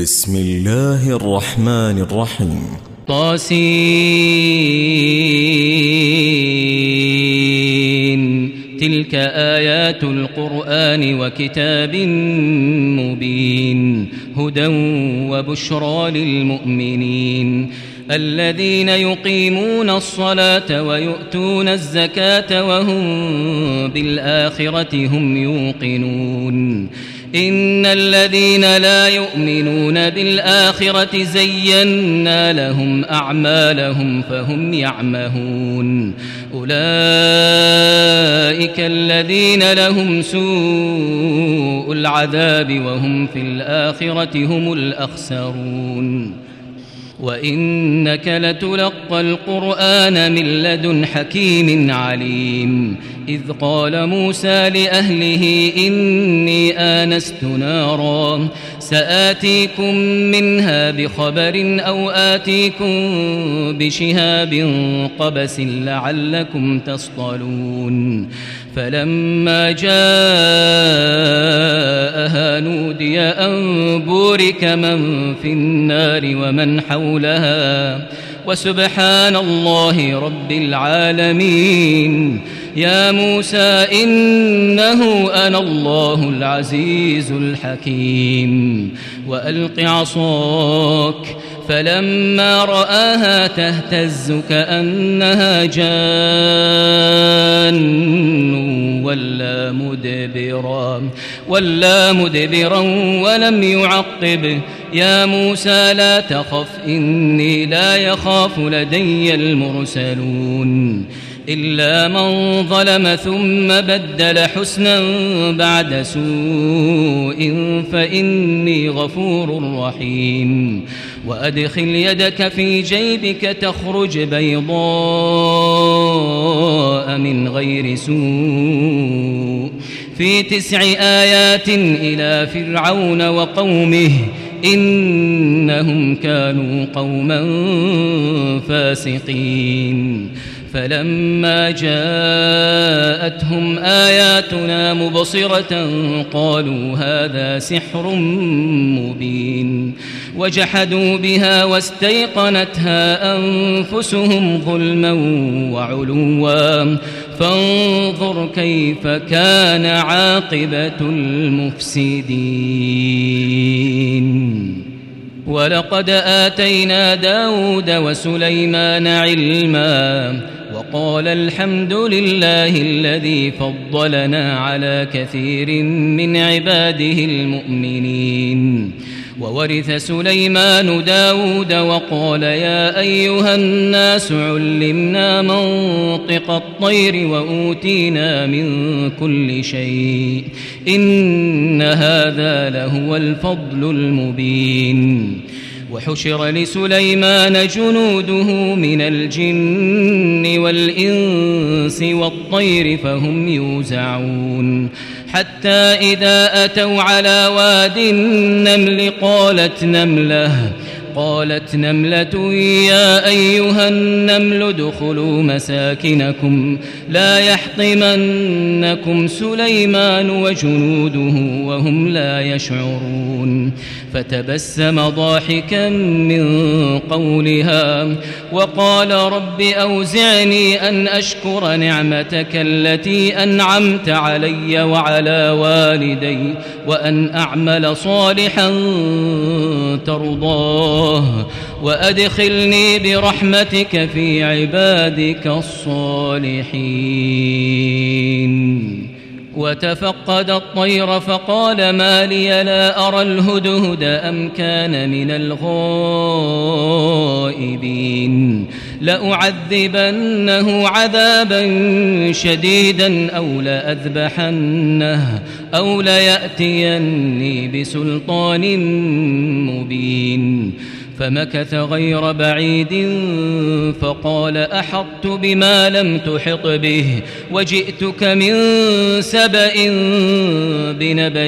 بسم الله الرحمن الرحيم. طاسين. تلك آيات القرآن وكتاب مبين هدى وبشرى للمؤمنين الذين يقيمون الصلاة ويؤتون الزكاة وهم بالآخرة هم يوقنون. إن الذين لا يؤمنون بالآخرة زينا لهم أعمالهم فهم يعمهون. أولئك الذين لهم سوء العذاب وهم في الآخرة هم الأخسرون. وإنك لتلقى القرآن من لدن حكيم عليم. إذ قال موسى لأهله إني آنست نارا سآتيكم منها بخبر أو آتيكم بشهاب قبس لعلكم تصطلون. فلما جاءها نودي أن بورك من في النار ومن حولها وسبحان الله رب العالمين. يا موسى إنه أنا الله العزيز الحكيم. وألق عصاك فلما رآها تهتز كأنها جان ولا مدبرا ولم يعقب. يا موسى لا تخف إني لا يخاف لدي المرسلون. إلا من ظلم ثم بدل حسنا بعد سوء فإني غفور رحيم. وأدخل يدك في جيبك تخرج بيضاء من غير سوء في 9 آيات إلى فرعون وقومه إنهم كانوا قوما فاسقين. فلما جاءتهم آياتنا مبصرة قالوا هذا سحر مبين. وجحدوا بها واستيقنتها أنفسهم ظلما وعلوا فانظر كيف كان عاقبة المفسدين. ولقد آتينا داود وسليمان علما وقال الحمد لله الذي فضلنا على كثير من عباده المؤمنين. وورث سليمان داود وقال يا أيها الناس علمنا منطق الطير وأوتينا من كل شيء إن هذا لهو الفضل المبين. وحشر لسليمان جنوده من الجن والإنس والطير فهم يوزعون. حتى إذا أتوا على واد النمل قالت نملة يا أيها النمل ادخلوا مساكنكم لا يحطمنكم سليمان وجنوده وهم لا يشعرون. فتبسم ضاحكا من قولها وقال رب أوزعني أن أشكر نعمتك التي أنعمت علي وعلى والدي وأن أعمل صالحا ترضاه وأدخلني برحمتك في عبادك الصالحين. وتفقد الطير فقال ما لي لا أرى الهدهد أم كان من الغائبين. لأعذبنه عذابا شديدا أو لأذبحنه أو ليأتيني بسلطان مبين. فمكث غير بعيد فقال أحطت بما لم تحط به وجئتك من سبأ بنبأ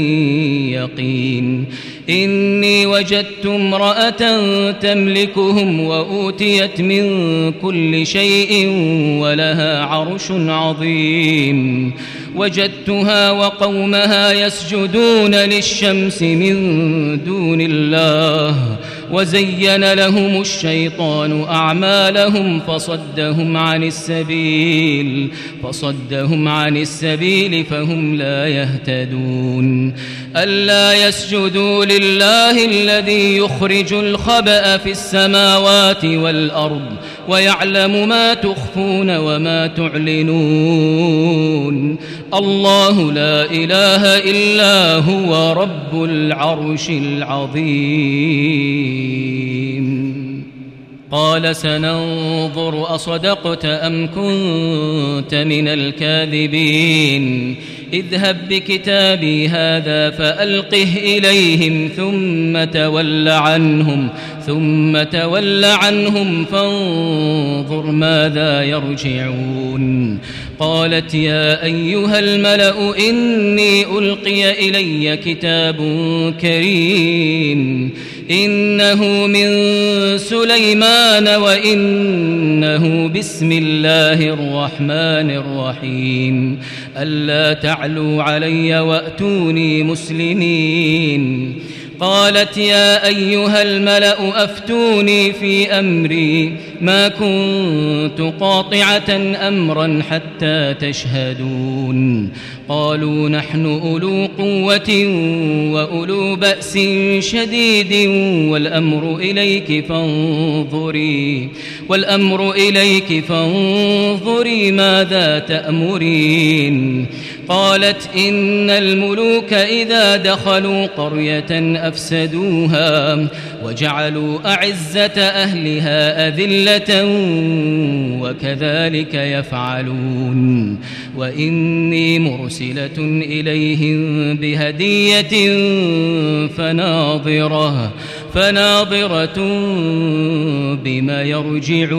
يقين إني وجدت امرأة تملكهم وأوتيت من كل شيء ولها عرش عظيم وجدتها وقومها يسجدون للشمس من دون الله وزين لهم الشيطان أعمالهم فصدهم عن السبيل فهم لا يهتدون ألا يسجدوا لله الذي يخرج الخبأ في السماوات والأرض ويعلم ما تخفون وما تعلنون الله لا إله إلا هو رب العرش العظيم. قال سننظر أصدقت أم كنت من الكاذبين اذهب بكتابي هذا فألقه إليهم ثم تول عنهم فانظر ماذا يرجعون. قالت يا أيها الملأ إني ألقي إلي كتاب كريم إنه من سليمان وإنه بسم الله الرحمن الرحيم ألا تعلوا علي وأتوني مسلمين. قالت يا أيها الملأ أفتوني في أمري ما كنت قاطعة أمرا حتى تشهدون. قالوا نحن أولو قوة وأولو بأس شديد والأمر إليك فانظري ماذا تأمرين. قالت إن الملوك إذا دخلوا قرية أفسدوها وجعلوا أعزة أهلها أذلة وكذلك يفعلون. وإني مرسلة إليهم بهدية فناظرة بما يرجع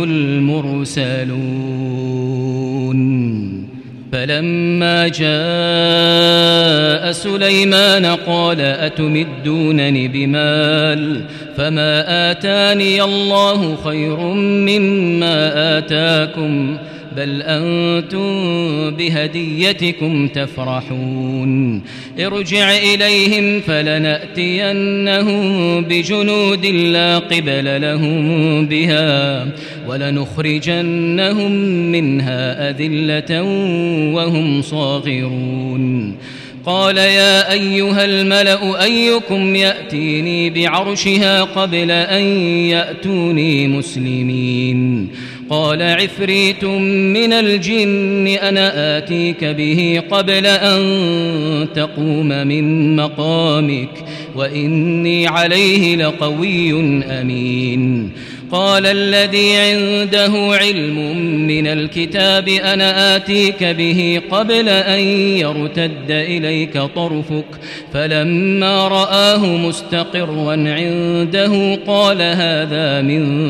المرسلون. فلما جاء سليمان قال أتمدونني بمال فما آتاني الله خير مما آتاكم بل أنتم بهديتكم تفرحون. ارجع إليهم فلنأتينهم بجنود لا قبل لهم بها ولنخرجنهم منها أذلة وهم صاغرون. قال يا أيها الملأ أيكم يأتيني بعرشها قبل أن يأتوني مسلمين. قال عفريت من الجن أنا آتيك به قبل أن تقوم من مقامك وإني عليه لقوي أمين. قال الذي عنده علم من الكتاب أنا آتيك به قبل أن يرتد إليك طرفك فلما رآه مستقرا عنده قال هذا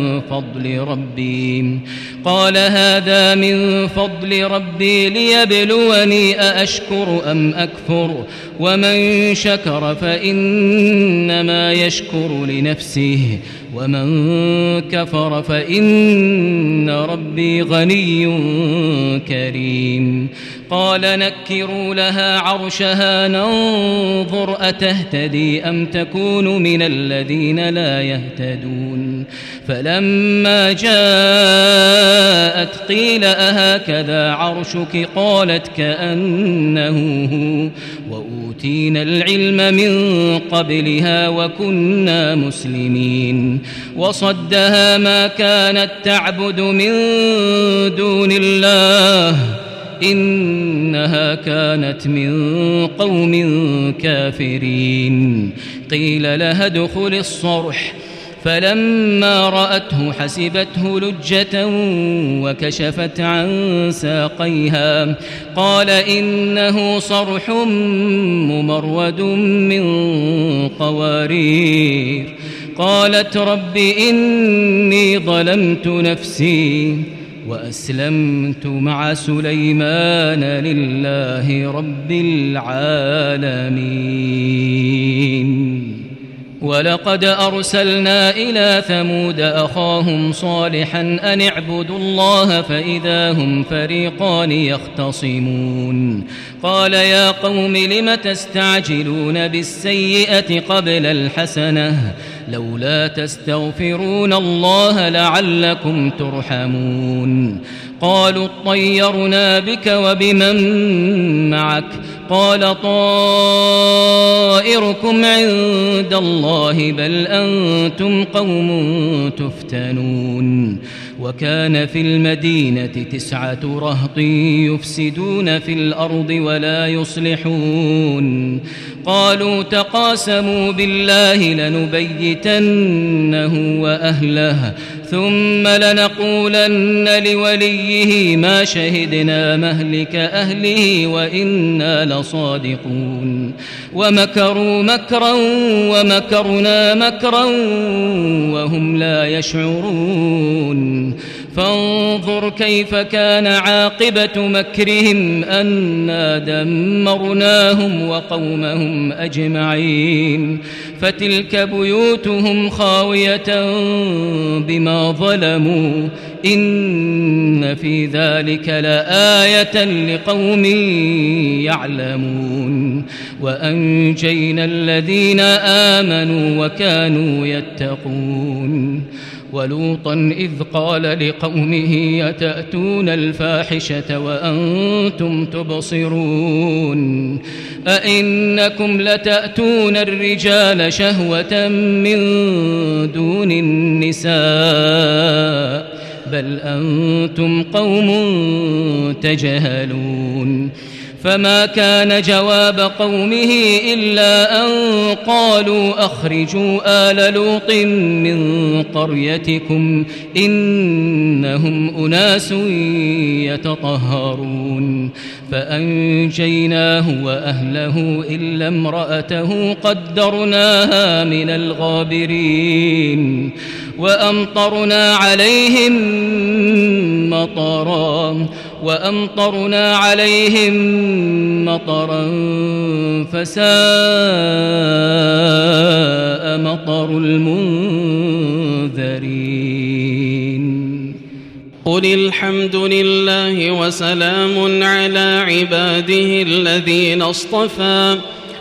من فضل ربي ليبلوني أأشكر أم أكفر ومن شكر فإنما يشكر لنفسه ومن كفر فإن ربي غني كريم. قال نكروا لها عرشها ننظر أتهتدي أم تكون من الذين لا يهتدون. فلما جاءت قيل أهكذا عرشك قالت كأنه هو وأوتينا العلم من قبلها وكنا مسلمين. وصدها ما كانت تعبد من دون الله إنها كانت من قوم كافرين. قيل لها ادخل الصرح فلما رأته حسبته لجة وكشفت عن ساقيها قال إنه صرح ممرد من قوارير. قالت رب إني ظلمت نفسي وأسلمت مع سليمان لله رب العالمين. ولقد أرسلنا إلى ثمود أخاهم صالحا أن اعبدوا الله فإذا هم فريقان يختصمون قال يا قوم لم تستعجلون بالسيئة قبل الحسنة لولا تستغفرون الله لعلكم ترحمون قالوا اطيرنا بك وبمن معك قال طائركم عند الله بل أنتم قوم تفتنون وكان في المدينة 9 رهط يفسدون في الأرض ولا يصلحون قالوا تقاسموا بالله لنبيتنه وأهله ثم لنقولن لوليه ما شهدنا مهلك أهله وإنا لصادقون ومكروا مكرا ومكرنا مكرا وهم لا يشعرون فانظر كيف كان عاقبة مكرهم أنا دمرناهم وقومهم أجمعين فتلك بيوتهم خاوية بما ظلموا إن في ذلك لآية لقوم يعلمون وأنجينا الذين آمنوا وكانوا يتقون ولوطا إذ قال لقومه أتأتون الفاحشة وأنتم تبصرون أئنكم لتأتون الرجال شهوة من دون النساء بل أنتم قوم تجهلون فما كان جواب قومه إلا أن قالوا أخرجوا آل لوط من قريتكم إنهم أناس يتطهرون فأنجيناه وأهله إلا امرأته قدرناها من الغابرين وأمطرنا عليهم مطرا فساء مطر المنذرين قل الحمد لله وسلام على عباده الذين اصطفى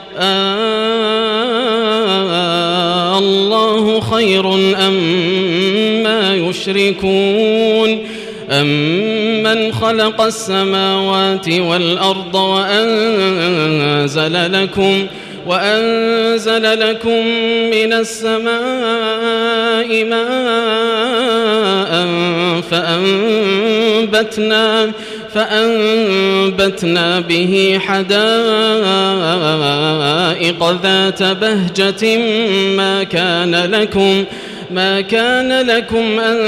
الله خير أما يشركون أمن خلق السماوات والأرض وأنزل لكم من السماء ماء فأنبتنا به حدائق ذات بهجة ما كان لكم أن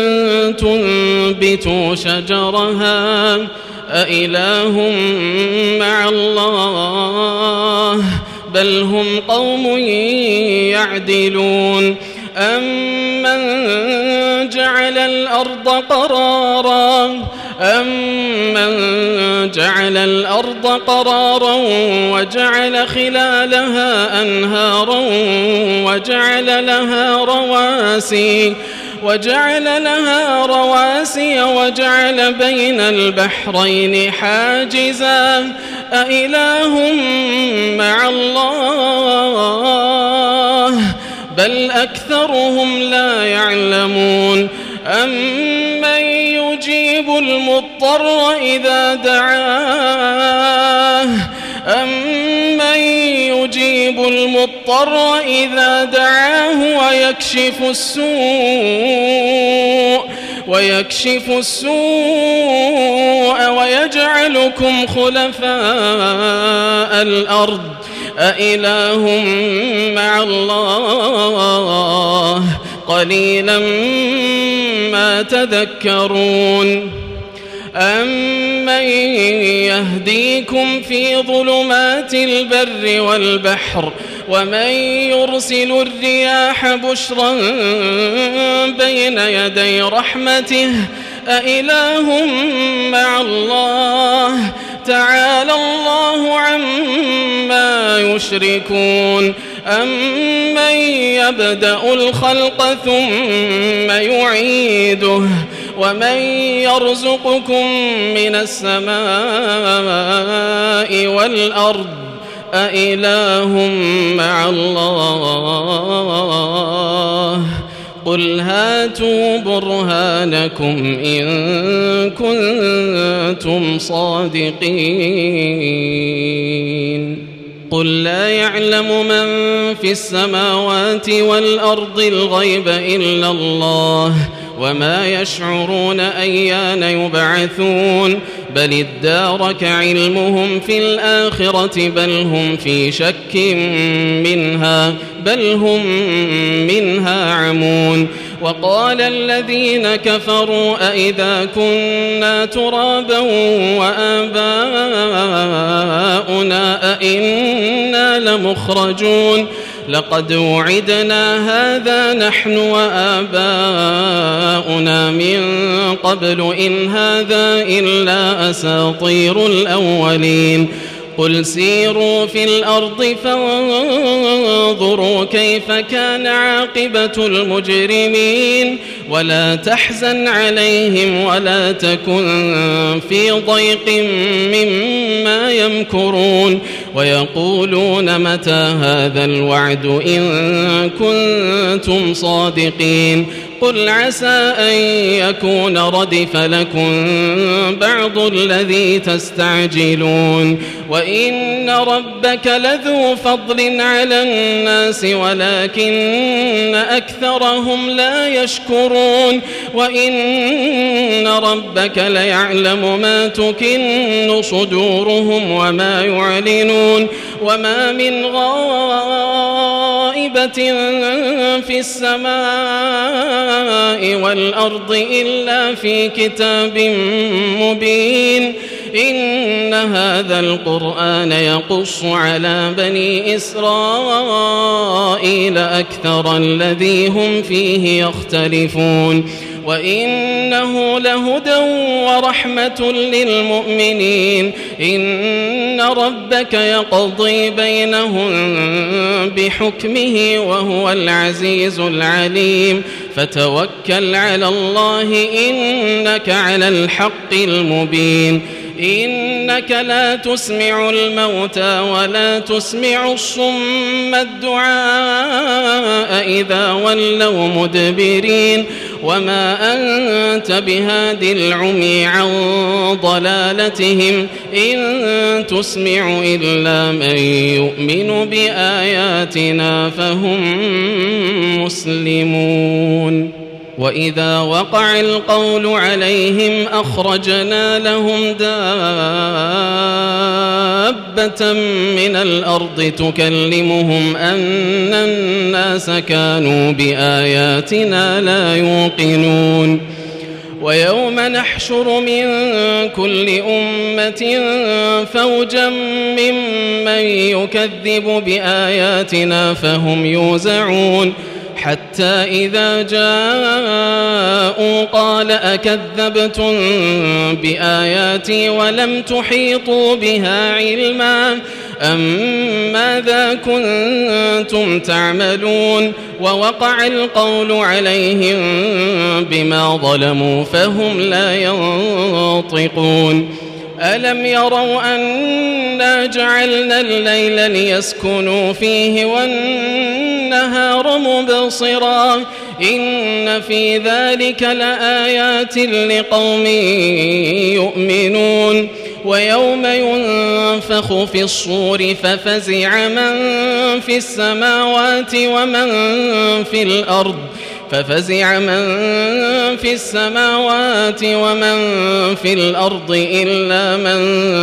تنبتوا شجرها أإله مع الله بل هم قوم يعدلون أمن جعل الأرض قرارا وجعل خلالها أنهارا وجعل لها رواسي وجعل بين البحرين حاجزا أإله مع الله بل أكثرهم لا يعلمون أمن يجيب المضطر إذا دعاه ويكشف السوء ويجعلكم خلفاء الأرض أإله مع الله قليلا ما تذكرون أمن يهديكم في ظلمات البر والبحر ومن يرسل الرياح بشرا بين يدي رحمته أإله مع الله تعالى الله عما يشركون أمن يبدأ الخلق ثم يعيده ومن يرزقكم من السماء والأرض أإله مع الله قل هاتوا برهانكم إن كنتم صادقين قل لا يعلم من في السماوات والأرض الغيب إلا الله وما يشعرون أيان يبعثون بل ادارك علمهم في الآخرة بل هم في شك منها بل هم منها عمون وقال الذين كفروا أئذا كنا ترابا وآباؤنا أئنا لمخرجون لقد وعدنا هذا نحن وآباؤنا من قبل إن هذا إلا أساطير الأولين قل سيروا في الأرض فانظروا كيف كان عاقبة المجرمين ولا تحزن عليهم ولا تكن في ضيق مما يمكرون ويقولون متى هذا الوعد إن كنتم صادقين قل عسى أن يكون ردف لكم بعض الذي تستعجلون وإن ربك لذو فضل على الناس ولكن أكثرهم لا يشكرون وإن ربك ليعلم ما تكن صدورهم وما يعلنون وما من غائبة في السماء والأرض إلا في كتاب مبين إن هذا القرآن يقص على بني إسرائيل أكثر الذي هم فيه يختلفون وإنه لهدى ورحمة للمؤمنين إن ربك يقضي بينهم بحكمه وهو العزيز العليم فتوكل على الله إنك على الحق المبين إنك لا تسمع الموتى ولا تسمع الصم الدعاء إذا ولوا مدبرين وما أنت بهاد العمي عن ضلالتهم إن تسمع إلا من يؤمن بآياتنا فهم مسلمون وإذا وقع القول عليهم أخرجنا لهم دابة من الأرض تكلمهم أن الناس كانوا بآياتنا لا يوقنون ويوم نحشر من كل أمة فوجا ممن يكذب بآياتنا فهم يوزعون حتى إذا جاءوا قال أكذبتم بآياتي ولم تحيطوا بها علما أم ماذا كنتم تعملون ووقع القول عليهم بما ظلموا فهم لا ينطقون ألم يروا أنا جعلنا الليل ليسكنوا فيه والنهار مبصرا إن في ذلك لآيات لقوم يؤمنون ويوم ينفخ في الصور ففزع من في السماوات ومن في الأرض في الأرض إلا من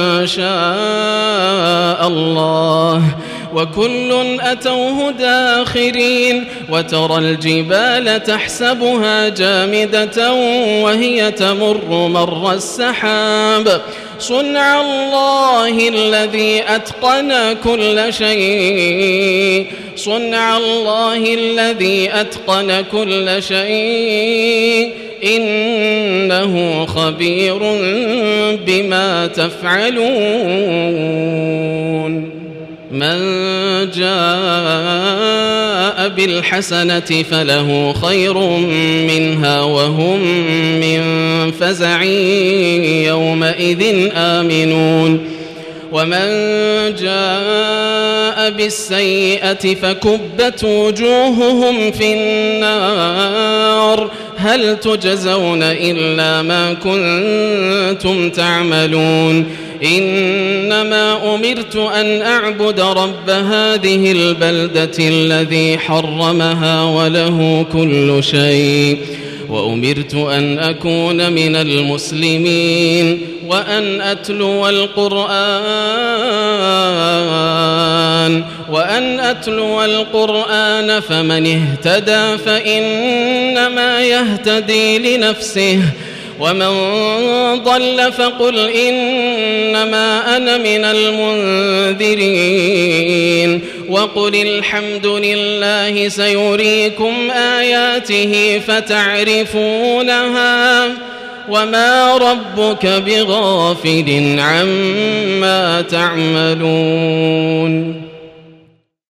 شاء الله وكل أتوه داخرين وترى الجبال تحسبها جامدة وهي تمر مر السحاب صنع الله الذي أتقن كل شيء صنع الله الذي أتقن كل شيء إنه خبير بما تفعلون من جاء بالحسنة فله خير منها وهم من فزع يومئذ آمنون ومن جاء بالسيئة فكبت وجوههم في النار هل تجزون إلا ما كنتم تعملون إنما أمرت أن أعبد رب هذه البلدة الذي حرمها وله كل شيء وأمرت أن أكون من المسلمين وأن أتلو القرآن فمن اهتدى فإنما يهتدي لنفسه ومن ضل فقل إنما أنا من المنذرين وقل الحمد لله سيريكم آياته فتعرفونها وما ربك بغافل عما تعملون